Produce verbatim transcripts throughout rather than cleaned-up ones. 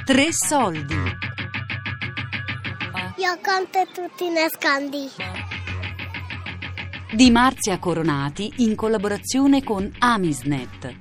Tre soldi. Io conto tutti nascondi. Di Marzia Coronati in collaborazione con Amisnet.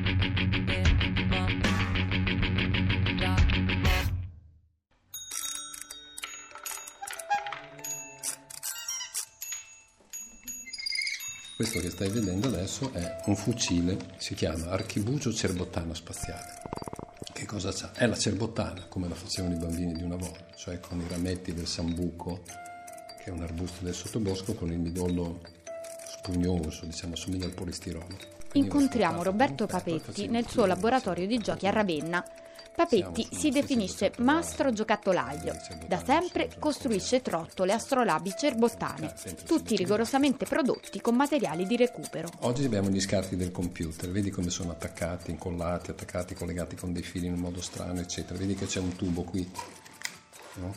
Questo che stai vedendo adesso è un fucile, si chiama archibugio cerbottano spaziale. Che cosa c'ha? È la cerbottana, come la facevano i bambini di una volta, cioè con i rametti del sambuco, che è un arbusto del sottobosco, con il midollo spugnoso, diciamo, assomiglia al polistirolo. Incontriamo Roberto Papetti nel suo laboratorio di giochi a Ravenna. Papetti si definisce mastro giocattolaio. Da sempre costruisce trottole, astrolabi, cerbottane, tutti rigorosamente prodotti con materiali di recupero. Oggi abbiamo gli scarti del computer, vedi come sono attaccati, incollati, attaccati, collegati con dei fili in un modo strano, eccetera. Vedi che c'è un tubo qui, no?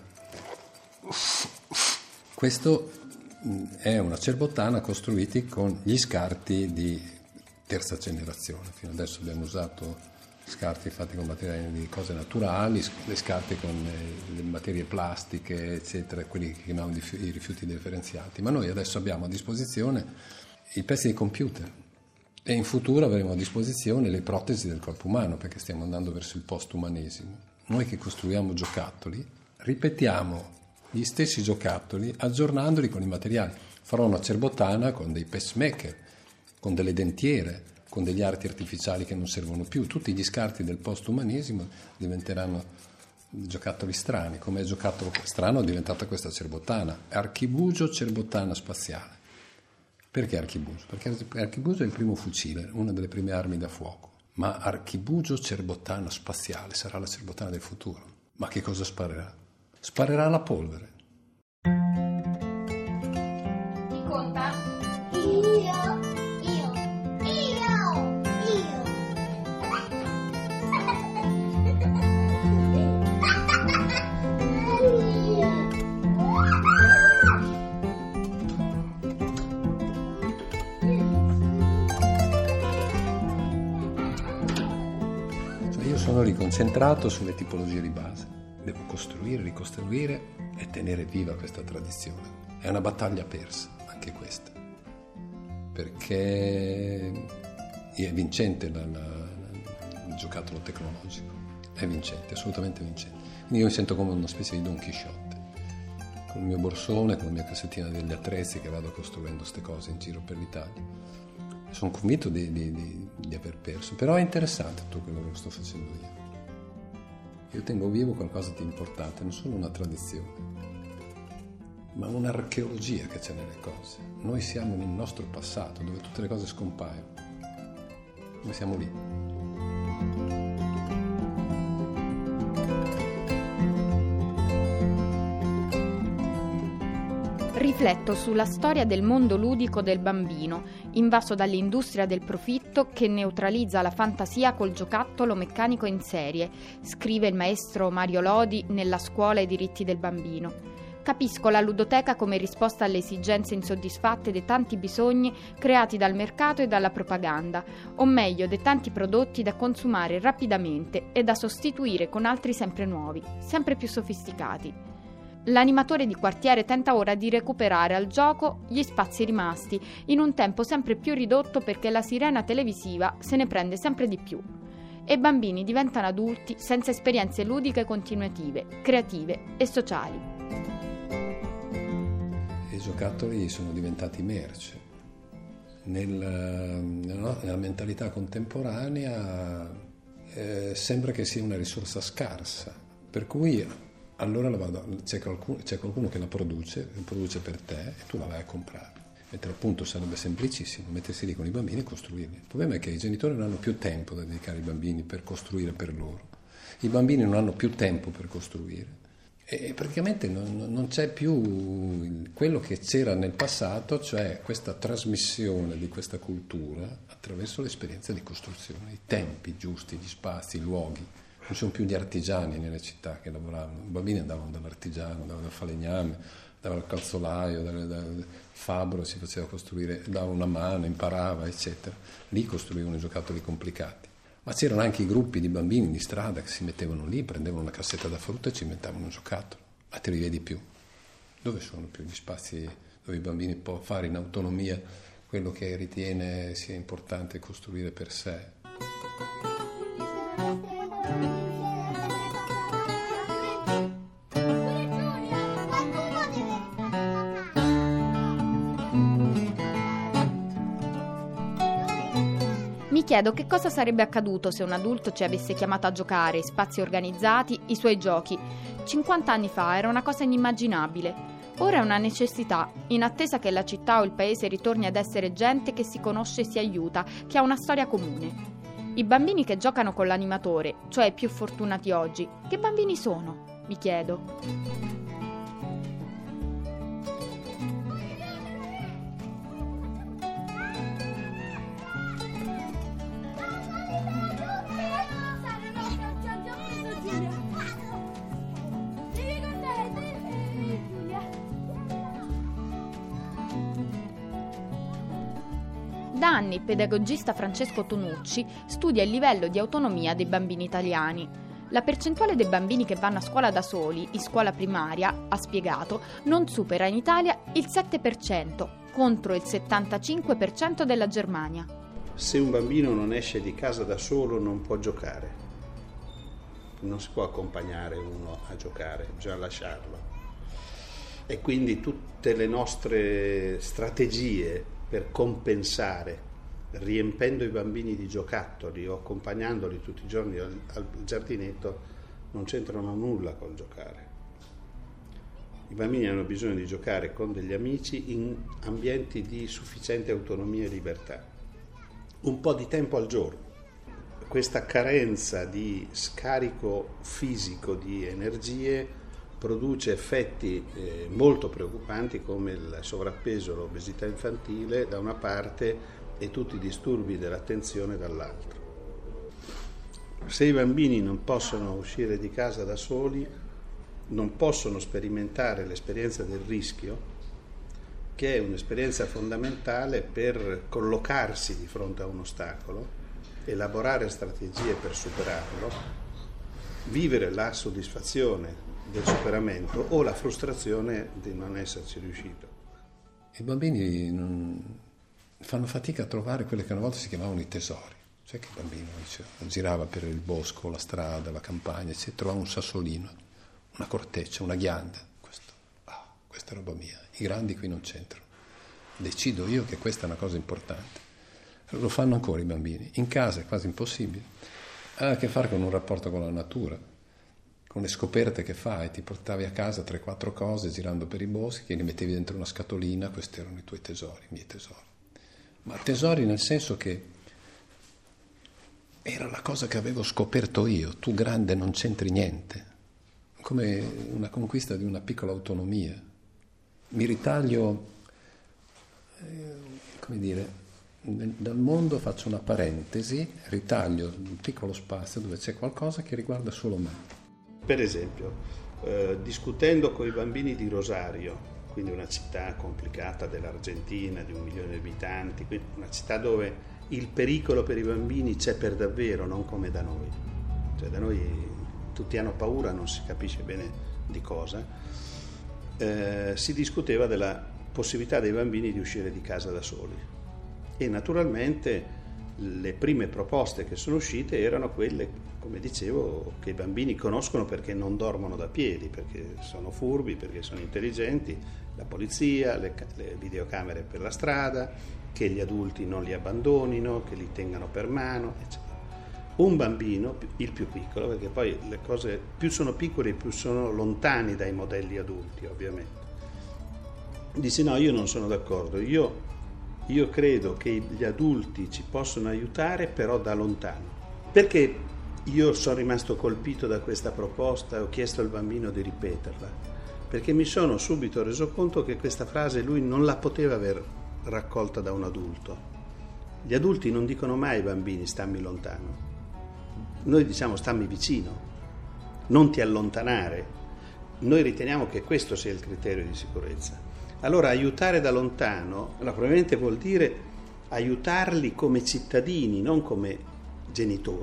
Questo è una cerbottana costruiti con gli scarti di terza generazione. Fino adesso abbiamo usato scarti fatti con materiali di cose naturali, le scarpe con le materie plastiche, eccetera, quelli che chiamiamo i rifiuti differenziati. Ma noi adesso abbiamo a disposizione i pezzi di computer e in futuro avremo a disposizione le protesi del corpo umano, perché stiamo andando verso il post-umanesimo. Noi che costruiamo giocattoli ripetiamo gli stessi giocattoli aggiornandoli con i materiali. Farò una cerbottana con dei pacemaker, con delle dentiere, con degli arti artificiali che non servono più. Tutti gli scarti del post-umanesimo diventeranno giocattoli strani. Come giocattolo strano è diventata questa cerbottana, archibugio cerbottana spaziale. Perché archibugio? Perché archibugio è il primo fucile, una delle prime armi da fuoco. Ma archibugio cerbottana spaziale sarà la cerbottana del futuro. Ma che cosa sparerà? Sparerà la polvere. Chi conta? Io. Io sono riconcentrato sulle tipologie di base. Devo costruire, ricostruire e tenere viva questa tradizione. È una battaglia persa, anche questa. Perché è vincente la, la, il giocattolo tecnologico. È vincente, assolutamente vincente. Quindi io mi sento come una specie di Don Chisciotte. Con il mio borsone, con la mia cassettina degli attrezzi che vado costruendo queste cose in giro per l'Italia. Sono convinto di, di, di, di aver perso, però è interessante tutto quello che sto facendo io. Io tengo vivo qualcosa di importante, non solo una tradizione, ma un'archeologia che c'è nelle cose. Noi siamo nel nostro passato, dove tutte le cose scompaiono. Noi siamo lì. Rifletto sulla storia del mondo ludico del bambino, invaso dall'industria del profitto che neutralizza la fantasia col giocattolo meccanico in serie, scrive il maestro Mario Lodi nella Scuola ai diritti del bambino. Capisco la ludoteca come risposta alle esigenze insoddisfatte dei tanti bisogni creati dal mercato e dalla propaganda, o meglio dei tanti prodotti da consumare rapidamente e da sostituire con altri sempre nuovi, sempre più sofisticati. L'animatore di quartiere tenta ora di recuperare al gioco gli spazi rimasti, in un tempo sempre più ridotto perché la sirena televisiva se ne prende sempre di più. E i bambini diventano adulti senza esperienze ludiche continuative, creative e sociali. I giocattoli sono diventati merce. Nel, nella, nella mentalità contemporanea eh, sembra che sia una risorsa scarsa, per cui allora la vado, c'è, qualcuno, c'è qualcuno che la produce, la produce per te e tu la vai a comprare. Mentre appunto sarebbe semplicissimo mettersi lì con i bambini e costruirli. Il problema è che i genitori non hanno più tempo da dedicare ai bambini per costruire per loro. I bambini non hanno più tempo per costruire. E praticamente non, non c'è più quello che c'era nel passato, cioè questa trasmissione di questa cultura attraverso l'esperienza di costruzione, i tempi giusti, gli spazi, i luoghi. Non ci sono più gli artigiani nelle città che lavoravano, i bambini andavano dall'artigiano, andavano dal falegname, andavano al calzolaio, dal, dal fabbro, si faceva costruire, dava una mano, imparava, eccetera. Lì costruivano i giocattoli complicati. Ma c'erano anche i gruppi di bambini di strada che si mettevano lì, prendevano una cassetta da frutta e ci inventavano un giocattolo. Ma te li vedi più? Dove sono più gli spazi dove i bambini possono fare in autonomia quello che ritiene sia importante costruire per sé? Mi chiedo che cosa sarebbe accaduto se un adulto ci avesse chiamato a giocare, spazi organizzati, i suoi giochi. cinquanta anni fa era una cosa inimmaginabile. Ora è una necessità, in attesa che la città o il paese ritorni ad essere gente che si conosce e si aiuta, che ha una storia comune. I bambini che giocano con l'animatore, cioè i più fortunati oggi, che bambini sono? Mi chiedo. Da anni il pedagogista Francesco Tonucci studia il livello di autonomia dei bambini italiani. La percentuale dei bambini che vanno a scuola da soli, in scuola primaria, ha spiegato, non supera in Italia il sette per cento, contro il settantacinque per cento della Germania. Se un bambino non esce di casa da solo non può giocare, non si può accompagnare uno a giocare, bisogna lasciarlo. E quindi tutte le nostre strategie per compensare, riempendo i bambini di giocattoli o accompagnandoli tutti i giorni al, al giardinetto, non c'entrano nulla col giocare. I bambini hanno bisogno di giocare con degli amici in ambienti di sufficiente autonomia e libertà. Un po' di tempo al giorno. Questa carenza di scarico fisico di energie produce effetti eh, molto preoccupanti come il sovrappeso, l'obesità infantile da una parte e tutti i disturbi dell'attenzione dall'altra. Se i bambini non possono uscire di casa da soli, non possono sperimentare l'esperienza del rischio, che è un'esperienza fondamentale per collocarsi di fronte a un ostacolo, elaborare strategie per superarlo, vivere la soddisfazione del superamento o la frustrazione di non esserci riuscito. I bambini non fanno fatica a trovare quelle che una volta si chiamavano i tesori. Sai che il bambino diceva, girava per il bosco, la strada, la campagna, e si trovava un sassolino, una corteccia, una ghianda. Questo, ah, questa è roba mia. I grandi qui non c'entrano. Decido io che questa è una cosa importante. Lo fanno ancora i bambini. In casa è quasi impossibile. Ha a che fare con un rapporto con la natura, con le scoperte che fai, ti portavi a casa tre quattro cose girando per i boschi, li mettevi dentro una scatolina, questi erano i tuoi tesori, i miei tesori. Ma tesori nel senso che era la cosa che avevo scoperto io, tu grande non c'entri niente, come una conquista di una piccola autonomia. Mi ritaglio, eh, come dire, dal mondo faccio una parentesi, ritaglio un piccolo spazio dove c'è qualcosa che riguarda solo me. Per esempio, eh, discutendo con i bambini di Rosario, quindi una città complicata dell'Argentina, di un milione di abitanti, quindi una città dove il pericolo per i bambini c'è per davvero, non come da noi. Cioè da noi tutti hanno paura, non si capisce bene di cosa. Eh, si discuteva della possibilità dei bambini di uscire di casa da soli. E naturalmente le prime proposte che sono uscite erano quelle, come dicevo, che i bambini conoscono perché non dormono da piedi, perché sono furbi, perché sono intelligenti, la polizia, le, le videocamere per la strada, che gli adulti non li abbandonino, che li tengano per mano, eccetera. Un bambino, il più piccolo, perché poi le cose più sono piccole più sono lontani dai modelli adulti, ovviamente, dice no, io non sono d'accordo, io Io credo che gli adulti ci possono aiutare, però da lontano. Perché io sono rimasto colpito da questa proposta e ho chiesto al bambino di ripeterla? Perché mi sono subito reso conto che questa frase lui non la poteva aver raccolta da un adulto. Gli adulti non dicono mai ai bambini stammi lontano. Noi diciamo stammi vicino, non ti allontanare. Noi riteniamo che questo sia il criterio di sicurezza. Allora aiutare da lontano, allora, probabilmente vuol dire aiutarli come cittadini, non come genitori.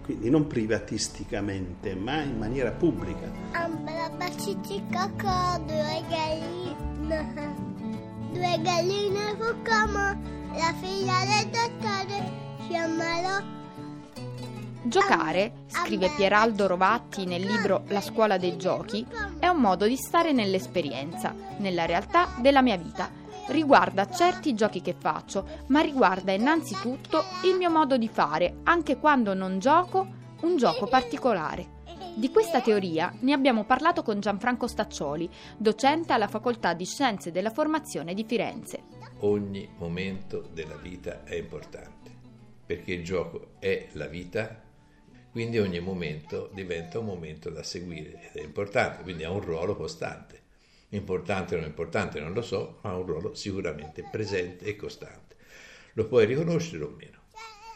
quindi non privatisticamente, ma in maniera pubblica. Ambra ciccica due galline, due galline fucamo, la figlia del dottore si ammalò. Giocare, scrive Pieraldo Rovatti nel libro La scuola dei giochi, è un modo di stare nell'esperienza, nella realtà della mia vita. Riguarda certi giochi che faccio, ma riguarda innanzitutto il mio modo di fare, anche quando non gioco, un gioco particolare. Di questa teoria ne abbiamo parlato con Gianfranco Staccioli, docente alla Facoltà di Scienze della Formazione di Firenze. Ogni momento della vita è importante, perché il gioco è la vita. Quindi ogni momento diventa un momento da seguire ed è importante, quindi ha un ruolo costante. Importante o non importante non lo so, ma ha un ruolo sicuramente presente e costante. Lo puoi riconoscere o meno.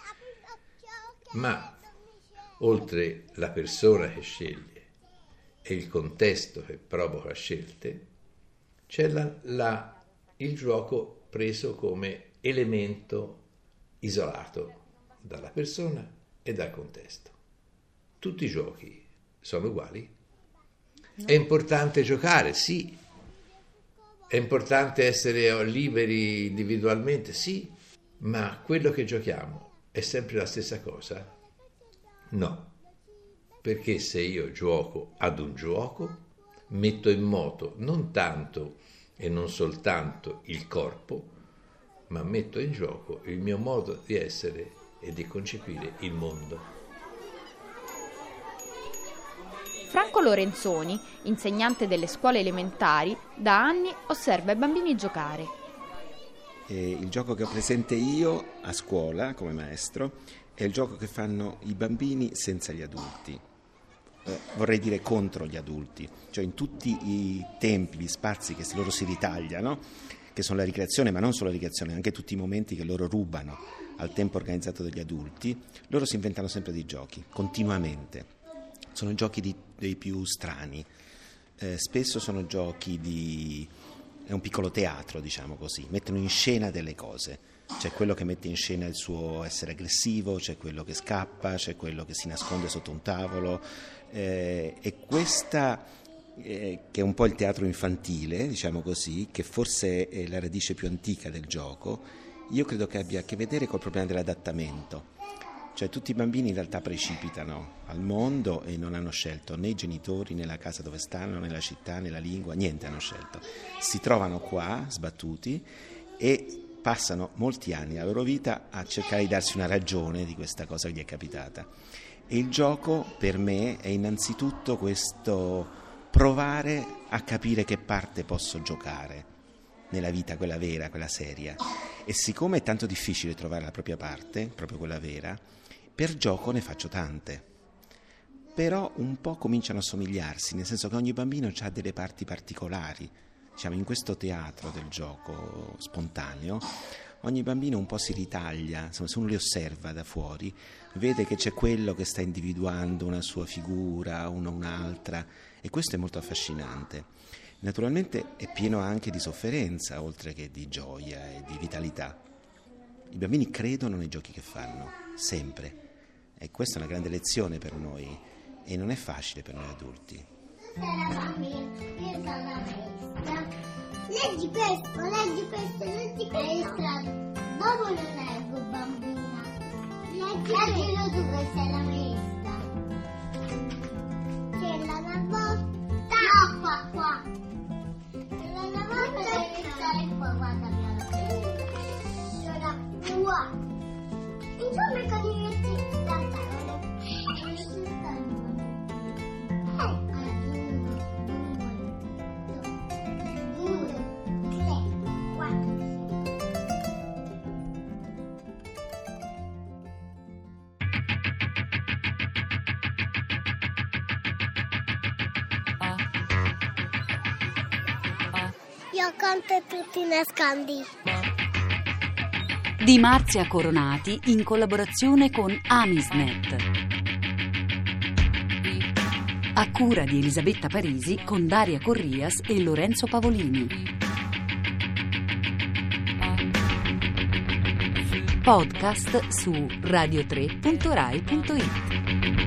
Ma oltre la persona che sceglie e il contesto che provoca scelte, c'è la, la, il gioco preso come elemento isolato dalla persona e dal contesto. Tutti i giochi sono uguali? No. È importante giocare, sì. È importante essere liberi individualmente, sì. Ma quello che giochiamo è sempre la stessa cosa? No. Perché se io gioco ad un gioco, metto in moto non tanto e non soltanto il corpo, ma metto in gioco il mio modo di essere e di concepire il mondo. Franco Lorenzoni, insegnante delle scuole elementari, da anni osserva i bambini giocare. E il gioco che ho presente io a scuola come maestro è il gioco che fanno i bambini senza gli adulti. Eh, vorrei dire contro gli adulti, cioè in tutti i tempi, gli spazi che loro si ritagliano, che sono la ricreazione, ma non solo la ricreazione, anche tutti i momenti che loro rubano al tempo organizzato degli adulti, loro si inventano sempre dei giochi, continuamente. Sono giochi di, dei più strani, eh, spesso sono giochi di... è un piccolo teatro, diciamo così, mettono in scena delle cose, c'è quello che mette in scena il suo essere aggressivo, c'è quello che scappa, c'è quello che si nasconde sotto un tavolo, eh, e questa, eh, che è un po' il teatro infantile, diciamo così, che forse è la radice più antica del gioco, io credo che abbia a che vedere col problema dell'adattamento. Cioè tutti i bambini in realtà precipitano al mondo e non hanno scelto né i genitori, né la casa dove stanno, né la città, né la lingua, niente hanno scelto. Si trovano qua, sbattuti, e passano molti anni della loro vita a cercare di darsi una ragione di questa cosa che gli è capitata. E il gioco per me è innanzitutto questo provare a capire che parte posso giocare nella vita, quella vera, quella seria. E siccome è tanto difficile trovare la propria parte, proprio quella vera, per gioco ne faccio tante, però un po' cominciano a somigliarsi, nel senso che ogni bambino ha delle parti particolari. Diciamo, in questo teatro del gioco spontaneo, ogni bambino un po' si ritaglia, insomma, se uno li osserva da fuori, vede che c'è quello che sta individuando una sua figura, uno un'altra, e questo è molto affascinante. Naturalmente è pieno anche di sofferenza, oltre che di gioia e di vitalità. I bambini credono nei giochi che fanno, sempre. E questa è una grande lezione per noi e non è facile per noi adulti. Leggi questo, leggi questo, leggi questo. Dopo lo leggo, bambina. Leggilo tu, questa è la maestra. C'è la navetta. No, qua, qua. C'è la navetta deve stare qua, guarda piano. C'è la qua. Insomma, i coniglietti dal tavolo. Io conto tutti i nascondi. Di Marzia Coronati in collaborazione con Amisnet. A cura di Elisabetta Parisi con Daria Corrias e Lorenzo Pavolini. podcast su radio tre punto rai punto it.